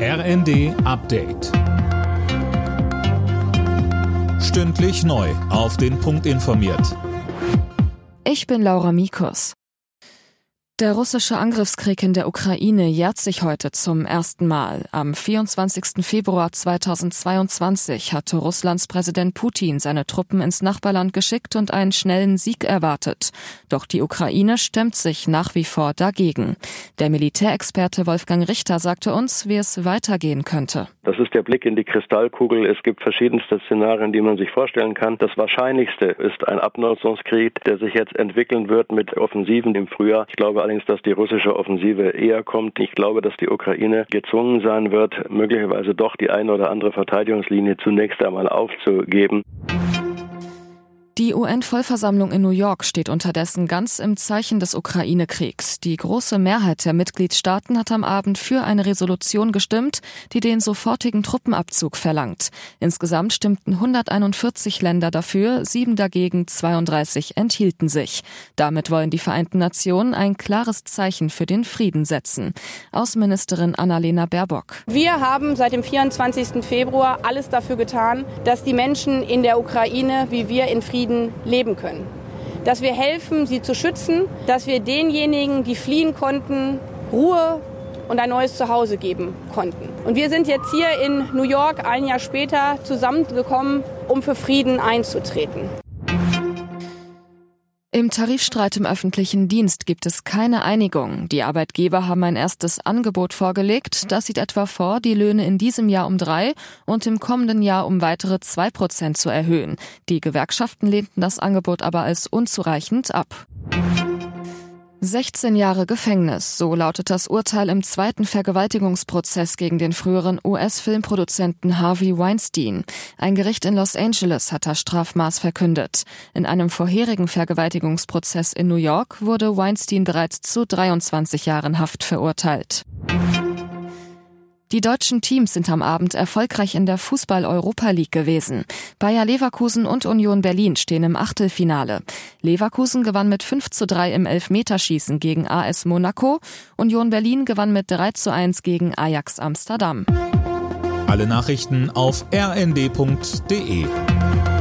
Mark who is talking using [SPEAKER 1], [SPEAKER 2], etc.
[SPEAKER 1] RND Update. Stündlich neu auf den Punkt informiert.
[SPEAKER 2] Ich bin Laura Mikus. Der russische Angriffskrieg in der Ukraine jährt sich heute zum ersten Mal. Am 24. Februar 2022 hatte Russlands Präsident Putin seine Truppen ins Nachbarland geschickt und einen schnellen Sieg erwartet. Doch die Ukraine stemmt sich nach wie vor dagegen. Der Militärexperte Wolfgang Richter sagte uns, wie es weitergehen könnte.
[SPEAKER 3] Das ist der Blick in die Kristallkugel. Es gibt verschiedenste Szenarien, die man sich vorstellen kann. Das Wahrscheinlichste ist ein Abnutzungskrieg, der sich jetzt entwickeln wird mit Offensiven im Frühjahr. Ich glaube allerdings, dass die russische Offensive eher kommt. Ich glaube, dass die Ukraine gezwungen sein wird, möglicherweise doch die eine oder andere Verteidigungslinie zunächst einmal aufzugeben.
[SPEAKER 2] Die UN-Vollversammlung in New York steht unterdessen ganz im Zeichen des Ukraine-Kriegs. Die große Mehrheit der Mitgliedstaaten hat am Abend für eine Resolution gestimmt, die den sofortigen Truppenabzug verlangt. Insgesamt stimmten 141 Länder dafür, 7 dagegen, 32 enthielten sich. Damit wollen die Vereinten Nationen ein klares Zeichen für den Frieden setzen. Außenministerin Annalena Baerbock.
[SPEAKER 4] Wir haben seit dem 24. Februar alles dafür getan, dass die Menschen in der Ukraine wie wir in Frieden leben können. Dass wir helfen, sie zu schützen, dass wir denjenigen, die fliehen konnten, Ruhe und ein neues Zuhause geben konnten. Und wir sind jetzt hier in New York ein Jahr später zusammengekommen, um für Frieden einzutreten.
[SPEAKER 2] Im Tarifstreit im öffentlichen Dienst gibt es keine Einigung. Die Arbeitgeber haben ein erstes Angebot vorgelegt. Das sieht etwa vor, die Löhne in diesem Jahr um 3% und im kommenden Jahr um weitere 2% zu erhöhen. Die Gewerkschaften lehnten das Angebot aber als unzureichend ab. 16 Jahre Gefängnis, so lautet das Urteil im zweiten Vergewaltigungsprozess gegen den früheren US-Filmproduzenten Harvey Weinstein. Ein Gericht in Los Angeles hat das Strafmaß verkündet. In einem vorherigen Vergewaltigungsprozess in New York wurde Weinstein bereits zu 23 Jahren Haft verurteilt. Die deutschen Teams sind am Abend erfolgreich in der Fußball-Europa League gewesen. Bayer Leverkusen und Union Berlin stehen im Achtelfinale. Leverkusen gewann mit 5:3 im Elfmeterschießen gegen AS Monaco. Union Berlin gewann mit 3:1 gegen Ajax Amsterdam.
[SPEAKER 1] Alle Nachrichten auf rnd.de.